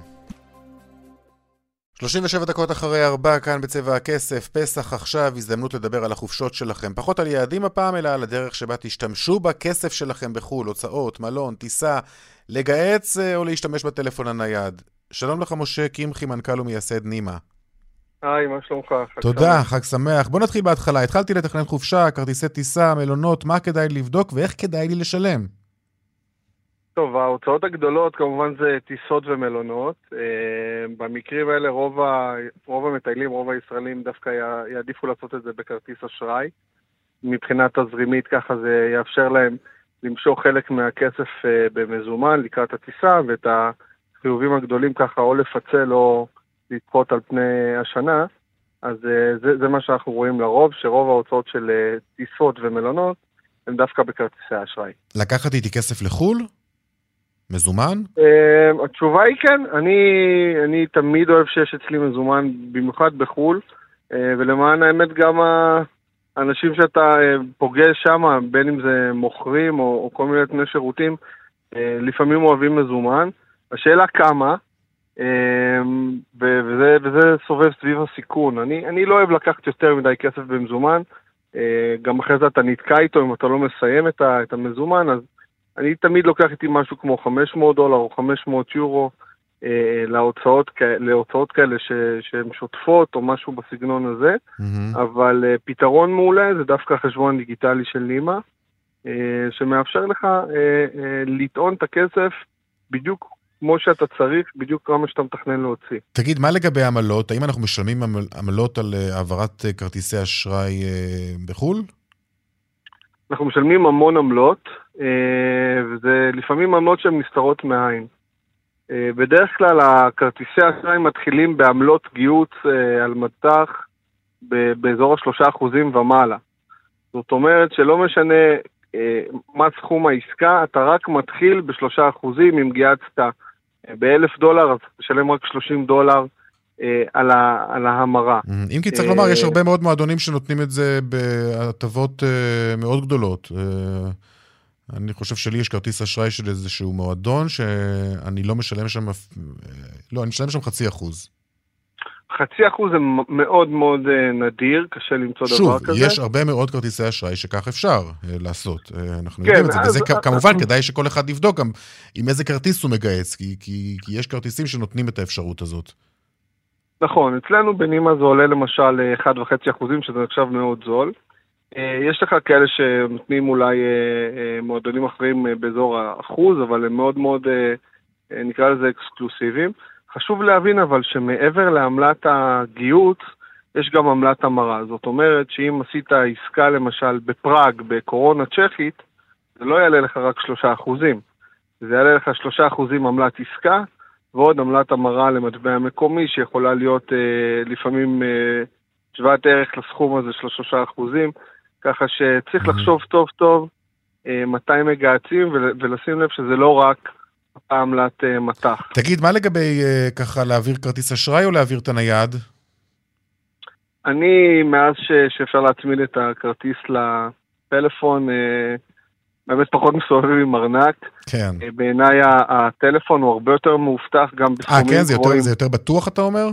Speaker 2: 37 דקות אחרי 4, כאן בצבע הכסף, פסח עכשיו, הזדמנות לדבר על החופשות שלכם. פחות על יעדים הפעם, אלא על הדרך שבה תשתמשו בכסף שלכם בחול, הוצאות, מלון, טיסה, לגעץ או להשתמש בטלפון הנייד. שלום לך משה קמחי, מנכ"ל ומייסד נימה.
Speaker 7: היי, מה שלומך?
Speaker 2: תודה, חג שמח. בוא נתחיל בהתחלה. התחלתי לתכנן חופשה, כרטיסי טיסה, מלונות, מה כדאי לבדוק ואיך כדאי לי לשלם?
Speaker 7: טוב, ההוצאות הגדולות כמובן זה טיסות ומלונות. במקרים האלה רוב המטיילים, רוב הישראלים דווקא יעדיפו לעשות את זה בכרטיס אשראי. מבחינת תזרימית ככה זה יאפשר להם למשוך חלק מהכסף במזומן לקראת הטיסה, ואת החיובים הגדולים ככה או לפצל או לדחות על פני השנה. אז זה מה שאנחנו רואים לרוב, שרוב ההוצאות של טיסות ומלונות הם דווקא בכרטיסי האשראי.
Speaker 2: לקחת איתי כסף לחול? מזומן?
Speaker 7: התשובה היא כן. אני תמיד אוהב שיש אצלי מזומן, במיוחד בחול, ולמען האמת אנשים שאתה פוגש שם, בין אם זה מוכרים או כל מיני תנאי שירותים, לפעמים אוהבים מזומן. השאלה כמה, וזה סובב סביב הסיכון. אני לא אוהב לקחת יותר מדי כסף במזומן, גם אחרי זה אתה נתקע איתו, אם אתה לא מסיים את המזומן, אז אני תמיד לוקח איתי משהו כמו $500 או 500 יורו, להוצאות כאלה שהן שוטפות או משהו בסגנון הזה, אבל פתרון מעולה זה דווקא החשבון הדיגיטלי של נימה, שמאפשר לך לטעון את הכסף בדיוק כמו שאתה צריך, בדיוק כמה שאתה מתכנן להוציא.
Speaker 2: תגיד, מה לגבי עמלות? האם אנחנו משלמים עמלות על העברת כרטיסי אשראי בחול?
Speaker 7: אנחנו משלמים המון עמלות, וזה לפעמים עמלות שהן נסתרות מהעין. בדרך כלל הכרטיסי אשראי מתחילים בעמלות גיוץ על מטח באזור 3% ומעלה. זאת אומרת שלא משנה מה סכום העסקה, אתה רק מתחיל ב3%. אם גייצת $1,000, אז תשלם רק $30 על ההמרה.
Speaker 2: אם כי צריך לומר, יש הרבה מאוד מועדונים שנותנים את זה בהטבות מאוד גדולות. אני חושב שלי יש כרטיס אשראי של איזשהו מועדון, שאני לא משלם שם, אני משלם שם 0.5%.
Speaker 7: 0.5% זה מאוד מאוד נדיר, קשה למצוא דבר כזה.
Speaker 2: שוב, יש הרבה מאוד כרטיסי אשראי שכך אפשר לעשות. אנחנו יודעים את זה, וזה כמובן כדאי שכל אחד יבדוק גם עם איזה כרטיס הוא מגייס, כי יש כרטיסים שנותנים את האפשרות הזאת.
Speaker 7: נכון, אצלנו בנימה זה עולה למשל 1.5%, שזה נחשב מאוד זול. יש לך כאלה שנותנים אולי מועדונים אחרים באזור 1%, אבל הם מאוד מאוד, נקרא לזה אקסקלוסיביים. חשוב להבין אבל שמעבר לעמלת הגיוץ, יש גם עמלת המרה. זאת אומרת שאם עשית עסקה למשל בפראג, בקורונה צ'כית, זה לא יעלה לך רק 3%. זה יעלה לך 3% עמלת עסקה, ועוד עמלת המרה למטבע המקומי, שיכולה להיות לפעמים שוות ערך לסכום הזה של 3%. ככה שצריך לחשוב טוב טוב מתי מגייסים, ולשים לב שזה לא רק עמלת מטח.
Speaker 2: תגיד, מה לגבי ככה להעביר כרטיס אשראי או להעביר את הנייד?
Speaker 7: אני, מאז שאפשר להצמיד את הכרטיס לפלאפון, באמת פחות מסובב עם ארנק.
Speaker 2: כן.
Speaker 7: בעיניי הטלפון הוא הרבה יותר מאובטח גם בסכומים
Speaker 2: כן,
Speaker 7: גבוהים.
Speaker 2: זה יותר בטוח אתה אומר?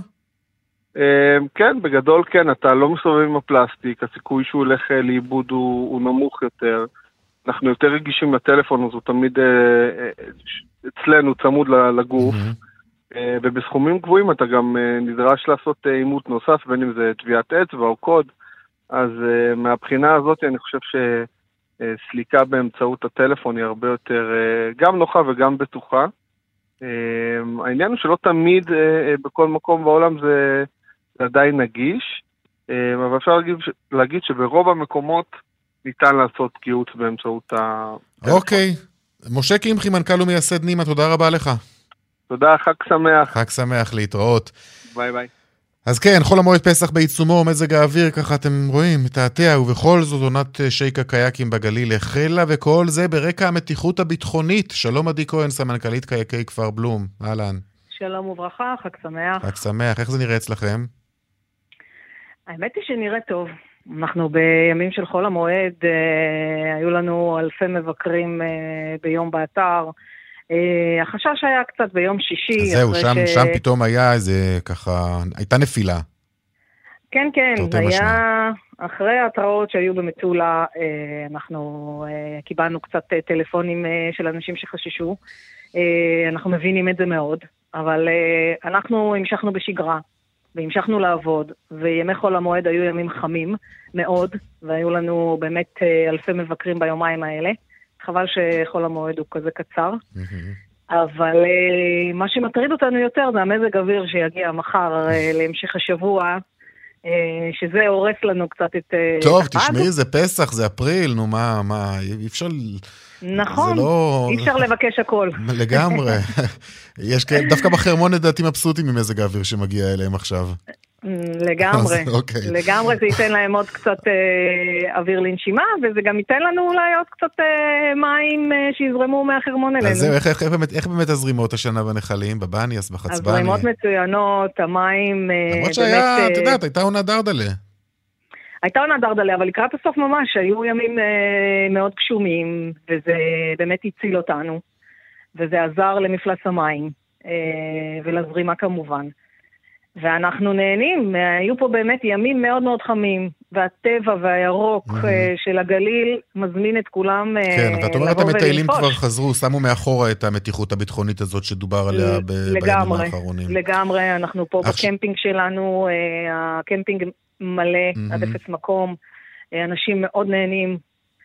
Speaker 7: כן, בגדול כן, אתה לא מסובב עם הפלסטיק, הסיכוי שהוא הולך לאיבוד הוא נמוך יותר. אנחנו יותר רגישים לטלפון, אז הוא תמיד אצלנו צמוד לגוף, ובסכומים גבוהים אתה גם נדרש לעשות אימות נוסף, בין אם זה טביעת אצבע או קוד, אז מהבחינה הזאת אני חושב שסליקה באמצעות הטלפון היא הרבה יותר גם נוחה וגם בטוחה. העניין הוא שלא תמיד בכל מקום בעולם זה עדיין נגיש, אבל אפשר להגיד שברוב המקומות ניתן לעשות גיוץ באמצעות
Speaker 2: אוקיי. משה קמחי, מנכ"ל ומייסד נימה, תודה רבה לך.
Speaker 7: תודה, חג שמח.
Speaker 2: חג שמח, להתראות.
Speaker 7: ביי ביי.
Speaker 2: אז כן, חול המועד פסח בעיצומו, מזג האוויר, ככה אתם רואים, מתעתע, ובכל זאת עונת שייק הקייקים בגליל החלה, וכל זה ברקע המתיחות הביטחונית. שלום עדי כהן, סמנכ"לית קייקי כפר בלום. אהלן.
Speaker 8: שלום וברכה, חג שמח.
Speaker 2: חג שמח, איך זה נראה אצלכם?
Speaker 8: האמת היא שנראה טוב. אנחנו בימים של חול המועד, היו לנו אלפי מבקרים ביום באתר. החשש היה קצת ביום שישי.
Speaker 2: זהו, שם פתאום היה איזה ככה, הייתה נפילה.
Speaker 8: כן, כן, היה אחרי ההתראות שהיו במטולה, אנחנו קיבלנו קצת טלפונים של אנשים שחששו. אנחנו מבינים את זה מאוד, אבל אנחנו המשכנו בשגרה. והמשכנו לעבוד, וימי חול המועד היו ימים חמים מאוד, והיו לנו באמת אלפי מבקרים ביומיים האלה. חבל שחול המועד הוא כזה קצר. אבל מה שמטריד אותנו יותר זה המזג אוויר שיגיע מחר להמשך השבוע, שזה הורס לנו קצת את...
Speaker 2: טוב, תשמעי, זה פסח, זה אפריל, נו מה, אי אפשר...
Speaker 8: נכון, אי אפשר לבקש הכל.
Speaker 2: לגמרי. יש דווקא בחרמון לדעתי מבסוטים ממזג האוויר שמגיע אליהם עכשיו.
Speaker 8: לגמרי, לגמרי זה ייתן להם עוד קצת אוויר לנשימה, וזה גם ייתן לנו אולי עוד קצת מים שיזרמו מהחרמון אלינו.
Speaker 2: אז זהו, איך באמת הזרימות השנה בנחלים, בבניאס, בחצבני?
Speaker 8: הזרימות מצוינות, המים...
Speaker 2: למרות שהיה, את יודעת, הייתה עונה דרדלה.
Speaker 8: הייתה עונה דרדלה, אבל לקראת הסוף ממש, היו ימים מאוד גשומים, וזה באמת הציל אותנו, וזה עזר למפלס המים, ולזרימה כמובן. ואנחנו נהנים, היו פה באמת ימים מאוד מאוד חמים, והטבע והירוק של הגליל מזמין את כולם
Speaker 2: כן, ואת אומרת, המטיילים כבר חזרו, שמו מאחורה את המתיחות הביטחונית הזאת שדובר עליה בימים האחרונים.
Speaker 8: לגמרי, אנחנו פה בקמפינג שלנו, הקמפינג מלא, עד אפס מקום, אנשים מאוד נהנים,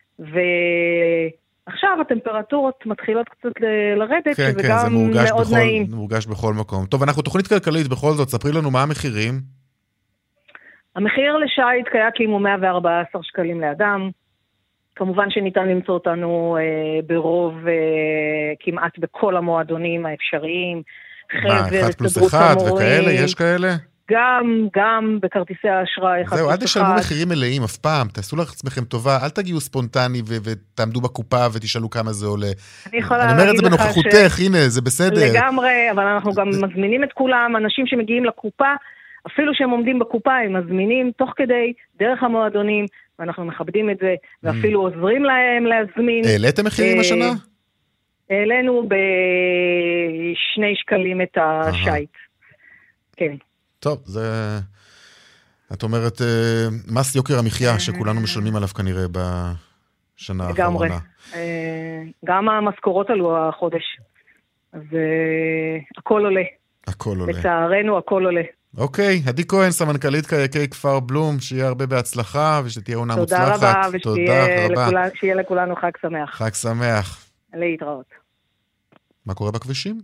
Speaker 8: עכשיו הטמפרטורות מתחילות קצת לרדת,
Speaker 2: כן,
Speaker 8: שזה
Speaker 2: כן,
Speaker 8: גם מאוד נעים.
Speaker 2: זה מורגש בכל מקום. טוב, אנחנו תוכנית כלכלית בכל זאת, ספרי לנו מה המחירים.
Speaker 8: המחיר לשייט קיאקים הוא 114 שקלים לאדם. כמובן שניתן למצוא אותנו ברוב, כמעט בכל המועדונים האפשריים.
Speaker 2: מה, 1+1 וכאלה? יש כאלה?
Speaker 8: גם בכרטיסי האשראי.
Speaker 2: זהו, אל תשלמו מחירים מלאים אף פעם, תעשו לעצמכם טובה, אל תגיעו ספונטני ותעמדו בקופה ותשאלו כמה זה עולה. אני אומר את זה בנוכחותך, הנה, זה בסדר.
Speaker 8: לגמרי, אבל אנחנו גם מזמינים את כולם, אנשים שמגיעים לקופה, אפילו שהם עומדים בקופה, הם מזמינים תוך כדי, דרך המועדונים, ואנחנו מכבדים את זה, ואפילו עוזרים להם להזמין.
Speaker 2: העליתם מחירים השנה?
Speaker 8: העלינו ב2 שקלים את השייט. כן.
Speaker 2: טוב, זה... את אומרת, מס יוקר המחיה שכולנו משלמים עליו כנראה בשנה האחרונה.
Speaker 8: גם המשכורות עלו החודש. אז הכל עולה.
Speaker 2: הכל עולה.
Speaker 8: לצערנו הכל עולה.
Speaker 2: אוקיי, עדי כהן, סמנכ"לית קייקי כפר בלום, שיהיה הרבה בהצלחה ושתהיה עונה מוצלחת.
Speaker 8: תודה רבה, ושיהיה לכולנו חג שמח.
Speaker 2: חג שמח.
Speaker 8: להתראות.
Speaker 2: מה קורה בכבישים?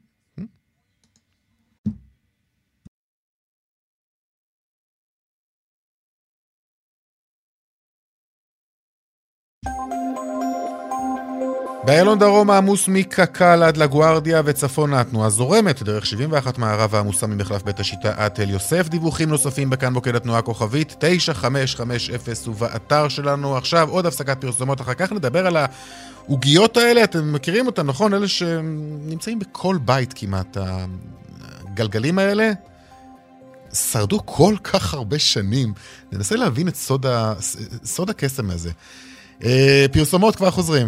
Speaker 2: באיילון דרום העמוס מקקל עד לגוארדיה וצפונה התנועה זורמת, דרך 71 מערב העמוסה ממחלף בית השיטה עד תל יוסף. דיווחים נוספים בכאן מוקד התנועה כוכבית 9550 ובאתר שלנו. עכשיו עוד הפסקת פרסומות, אחר כך נדבר על העוגיות האלה, אתם מכירים אותם, נכון? אלה שנמצאים בכל בית כמעט, הגלגלים האלה שרדו כל כך הרבה שנים. ננסה להבין את סוד הקסם הזה. פרסומות כבר חוזרים.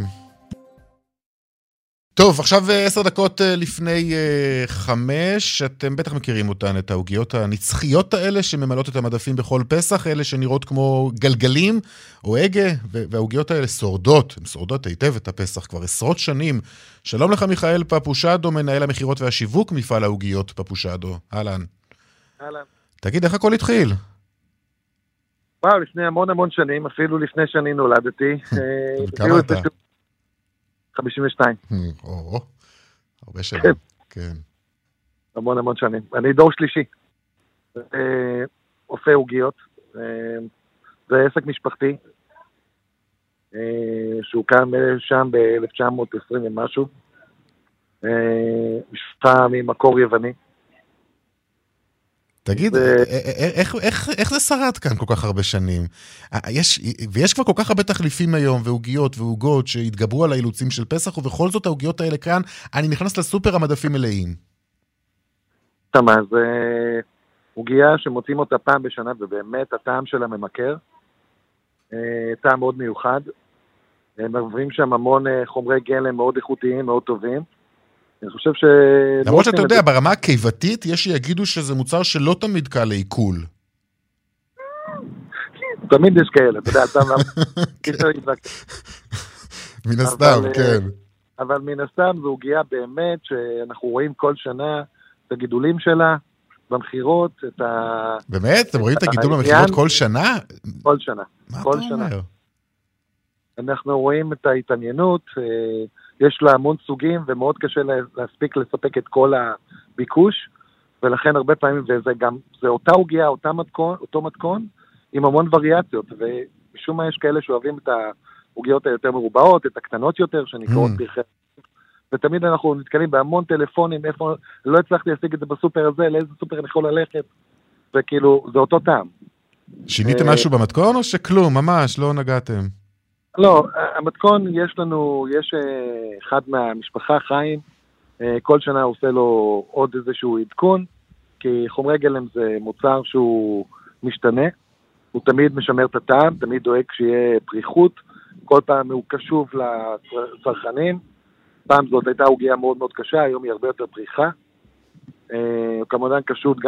Speaker 2: טוב, עכשיו 10 דקות לפני 5, אתם בטח מכירים אותן, את העוגיות הנצחיות האלה שממלאות את המדפים בכל פסח, אלה שנראות כמו גלגלים או הגה, והעוגיות האלה שורדות, הן שורדות היטב את הפסח כבר עשרות שנים. שלום לך מיכאל פפושדו, מנהל המחירות והשיווק מפעל העוגיות פפושדו. אהלן.
Speaker 9: אהלן.
Speaker 2: תגיד, איך הכל התחיל?
Speaker 9: וואו, לפני המון שנים, אפילו לפני שאני נולדתי.
Speaker 2: כמה אתה?
Speaker 9: 52.
Speaker 2: הרבה שנים, כן.
Speaker 9: המון שנים. אני דור שלישי. עושה עוגיות. זה עסק משפחתי. שהוקם שם ב-1920 ומשהו. משפחה ממקור יווני.
Speaker 2: תגיד, איך זה שרד כאן כל כך הרבה שנים? ויש כבר כל כך הרבה תחליפים היום, ועוגיות ועוגות שהתגברו על האילוצים של פסח, ובכל זאת העוגיות האלה כאן, אני נכנס לסופר המדפים מלאים.
Speaker 9: תמה, זה עוגיה שמוצאים אותה פעם בשנה, ובאמת הטעם שלה ממכר. טעם מאוד מיוחד. מעברים שם המון חומרי גלם מאוד איכותיים, מאוד טובים. אני חושב ש...
Speaker 2: למרות שאתה יודע, ברמה הקיבתית, יש שיגידו שזה מוצר שלא תמיד קל לעיכול.
Speaker 9: תמיד יש כאלה, אתה יודע,
Speaker 2: מן הסתם, כן.
Speaker 9: אבל מן הסתם זו עוגיה באמת שאנחנו רואים כל שנה את הגידולים שלה, במחירות, את ה...
Speaker 2: באמת? אתם רואים את הגידול במחירות כל שנה?
Speaker 9: כל שנה.
Speaker 2: מה אתה אומר?
Speaker 9: אנחנו רואים את ההתעניינות, יש לה המון סוגים, ומאוד קשה להספיק לספק את כל הביקוש, ולכן הרבה פעמים, וזה גם, זה אותה עוגיה, אותו מתכון, עם המון וריאציות, ומשום מה יש כאלה שאוהבים את העוגיות היותר מרובעות, את הקטנות יותר, שנקראות פרחי, ותמיד אנחנו נתקלים בהמון טלפונים, איפה, לא הצלחתי להשיג את זה בסופר הזה, לאיזה סופר אני יכול ללכת, וכאילו, זה אותו טעם.
Speaker 2: שיניתם משהו במתכון, או שכלום, ממש, לא נגעתם?
Speaker 9: לא, המתכון יש אחד מהמשפחה, חיים, כל שנה עושה לו עוד איזשהו עדכון, כי חומרי גלם זה מוצר שהוא משתנה, הוא תמיד משמר את הטעם, תמיד דואג שיהיה פריחות, כל פעם הוא קשוב לצרכנים, פעם זאת הייתה עוגיה מאוד מאוד קשה, היום היא הרבה יותר פריחה, הוא כמובן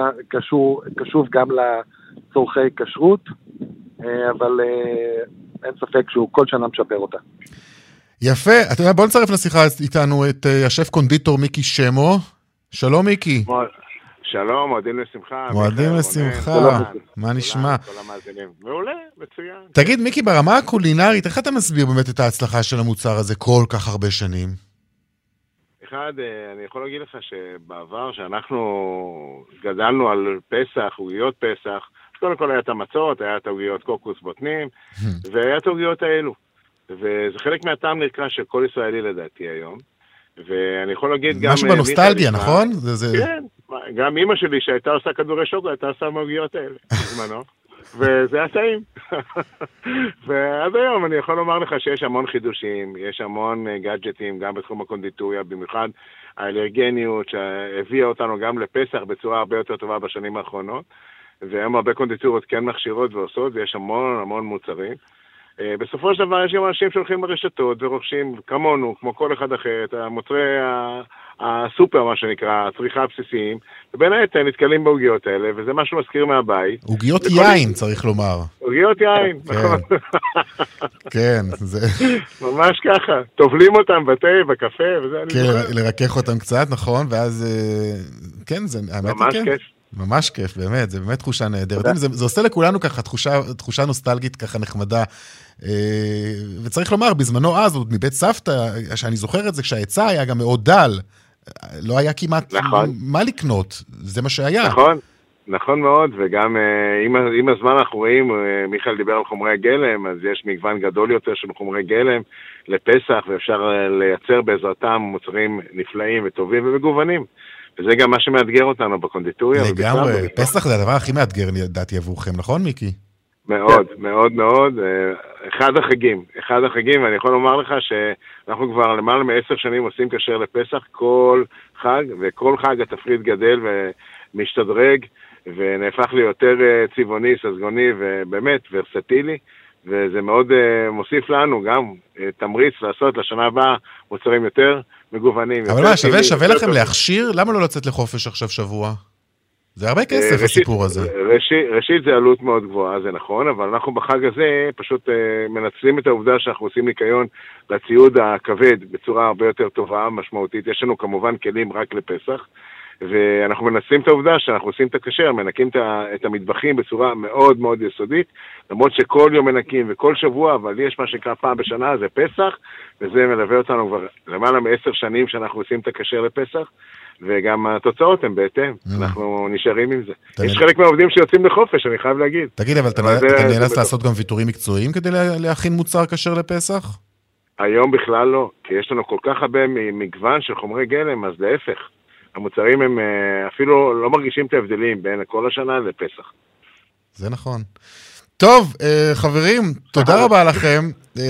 Speaker 9: קשוב גם לצורכי כשרות, אבל אין ספק שהוא כל שנה משפר אותה.
Speaker 2: יפה, אתה יודע, בוא נצרף לשיחה איתנו את השף קונדיטור מיקי שמו. שלום מיקי.
Speaker 10: שלום, מועדים לשמחה.
Speaker 2: מועדים לשמחה, מה נשמע?
Speaker 10: מעולה, מצוין.
Speaker 2: תגיד מיקי, ברמה הקולינרית, איך אתה מסביר באמת את ההצלחה של המוצר הזה כל כך הרבה שנים?
Speaker 10: אחד, אני יכול להגיד לך שבעבר שאנחנו גדלנו על פסח, עוגיות פסח, קודם כל היה את המצות, היה את עוגיות קוקוס בוטנים, והיה את העוגיות האלו. וזה חלק מהטעם נרכש של כל ישראלי לדעתי היום. ואני יכול להגיד גם...
Speaker 2: משהו בנוסטלגיה, נכון?
Speaker 10: כן, גם אמא שלי שהייתה עושה כדורי שוקולד, הייתה עושה מהעוגיות האלה, בזמנו. וזה היה טעים. ועד היום אני יכול לומר לך שיש המון חידושים, יש המון גאדג'טים, גם בתחום הקונדיטוריה, במיוחד האלרגניות שהביאה אותנו גם לפסח בצורה הרבה יותר טובה בשנים האחרונות. והיום הרבה קונדיטוריות כן מכשירות ועושות, ויש המון המון מוצרים. בסופו של דבר יש גם אנשים שהולכים ברשתות ורוכשים כמונו, כמו כל אחד אחר, את המוצרי הסופר, מה שנקרא, הצריכה הבסיסיים, ובין היתר נתקלים בעוגיות האלה, וזה משהו מזכיר מהבית.
Speaker 2: עוגיות יין, צריך לומר.
Speaker 10: עוגיות יין, נכון.
Speaker 2: כן, זה...
Speaker 10: ממש ככה, טובלים אותם בתה, בקפה, וזה...
Speaker 2: כן, לרכך אותם קצת, נכון, ואז... כן, זה...
Speaker 10: ממש כיף.
Speaker 2: ממש כיף, באמת, זה באמת תחושה נהדרת. זה עושה לכולנו ככה תחושה נוסטלגית ככה נחמדה, וצריך לומר, בזמנו אז, עוד מבית סבתא, שאני זוכר את זה, כשההיצע היה גם מאוד דל, לא היה כמעט מה לקנות, זה מה שהיה.
Speaker 10: נכון, נכון מאוד, וגם עם הזמן אנחנו רואים, מיכאל דיבר על חומרי גלם, אז יש מגוון גדול יותר של חומרי גלם לפסח, ואפשר לייצר בעזרתם מוצרים נפלאים וטובים ומגוונים. וזה גם מה שמאתגר אותנו בקונדיטוריה.
Speaker 2: לגמרי, פסח זה הדבר הכי מאתגר לדעתי עבורכם, נכון מיקי?
Speaker 10: מאוד, מאוד מאוד. אחד החגים, ואני יכול לומר לך שאנחנו כבר למעלה מ10 שנים עושים כשר לפסח כל חג, וכל חג התפריט גדל ומשתדרג, ונהפך ליותר צבעוני, ססגוני, ובאמת ורסטילי, וזה מאוד מוסיף לנו גם תמריץ לעשות לשנה הבאה מוצרים יותר מגוונים.
Speaker 2: אבל מה, שווה לכם להכשיר? למה לא לצאת לחופש עכשיו שבוע? זה הרבה כסף הסיפור הזה.
Speaker 10: ראשית זה עלות מאוד גבוהה, זה נכון, אבל אנחנו בחג הזה פשוט מנצלים את העובדה שאנחנו עושים ניקיון לציוד הכבד בצורה הרבה יותר טובה, משמעותית. יש לנו כמובן כלים רק לפסח, ואנחנו מנסים את העובדה שאנחנו עושים את הכשר, מנקים את המטבחים בצורה מאוד מאוד יסודית, למרות שכל יום מנקים וכל שבוע, אבל יש מה שקרה פעם בשנה, זה פסח, וזה מלווה אותנו כבר למעלה מ10 שנים שאנחנו עושים את הכשר לפסח, וגם התוצאות הן בהתאם, אנחנו נשארים עם זה. יש חלק מהעובדים שיוצאים לחופש, אני חייב להגיד.
Speaker 2: תגיד, אבל אתה נאלץ לעשות גם ויתורים מקצועיים כדי להכין מוצר כשר לפסח?
Speaker 10: היום בכלל לא, כי יש לנו כל כך הרבה מגוון של חומרי גלם, אז להפך. המוצרים הם אפילו לא מרגישים את ההבדלים בין כל השנה לפסח.
Speaker 2: זה נכון. טוב, חברים, תודה רבה לכם.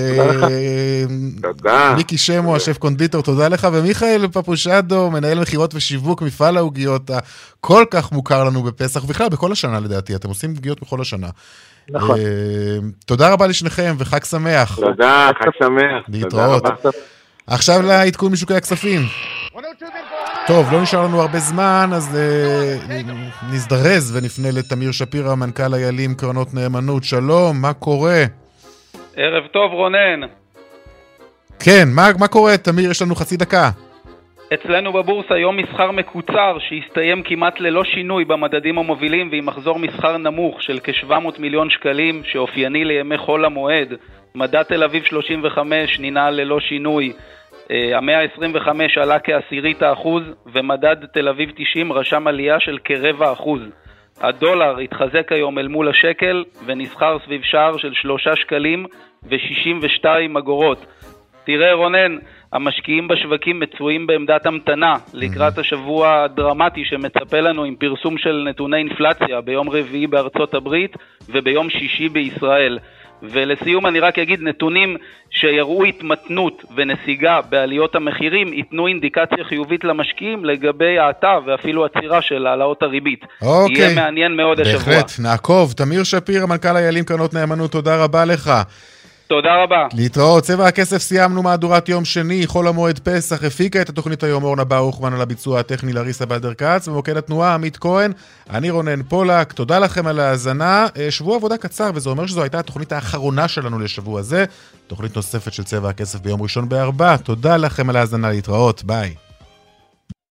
Speaker 10: תודה.
Speaker 2: מיקי שמו, השף קונדיטור, תודה לך, ומיכאל פפושדו, מנהל מחירות ושיווק, מפעל העוגיות, כל כך מוכר לנו בפסח, בכלל בכל השנה לדעתי, אתם עושים עוגיות בכל השנה.
Speaker 9: נכון.
Speaker 2: תודה רבה לשניכם, וחג שמח.
Speaker 10: תודה, חג שמח.
Speaker 2: להתראות. עכשיו לעדכון משוקי הכספים. טוב, לא נשאר לנו הרבה זמן, אז נזדרז ונפנה לתמיר שפירא, מנכ"ל איילים קרנות נאמנות. שלום, מה קורה?
Speaker 11: ערב טוב, רונן.
Speaker 2: כן, מה קורה, תמיר? יש לנו חצי דקה.
Speaker 11: אצלנו בבורסה יום מסחר מקוצר שהסתיים כמעט ללא שינוי במדדים המובילים ועם מחזור מסחר נמוך של כ-700 מיליון שקלים שאופייני לימי חול המועד. מדד תל אביב 35 נינעל ללא שינוי, ה-125 עלה כ0.1%, ומדד תל אביב 90 רשם עלייה של כ0.25%. הדולר התחזק היום אל מול השקל ונסחר סביב שער של 3 שקלים ו62 אגורות. תראה רונן, המשקיעים בשווקים מצויים בעמדת המתנה לקראת השבוע הדרמטי שמצפה לנו עם פרסום של נתוני אינפלציה ביום רביעי בארצות הברית וביום שישי בישראל. ולסיום אני רק אגיד, נתונים שיראו התמתנות ונסיגה בעליות המחירים ייתנו אינדיקציה חיובית למשקיעים לגבי האטה ואפילו עצירה של העלאות הריבית. יהיה מעניין מאוד השבוע.
Speaker 2: בהחלט, נעקוב. תמיר שפיר, המנכ"ל איילים קרנות נאמנות, תודה רבה לך.
Speaker 11: תודה רבה.
Speaker 2: להתראות. צבע הכסף, סיימנו מהדורת יום שני, חול המועד פסח, הפיקה את התוכנית היום אורנה ברוכמן, על הביצוע הטכני לריסה בלדר כץ, במוקד התנועה עמית כהן, אני רונן פולק, תודה לכם על ההאזנה. שבוע עבודה קצר, וזה אומר שזו הייתה התוכנית האחרונה שלנו לשבוע הזה, תוכנית נוספת של צבע הכסף ביום ראשון ב-4. תודה לכם על ההאזנה, להתראות, ביי.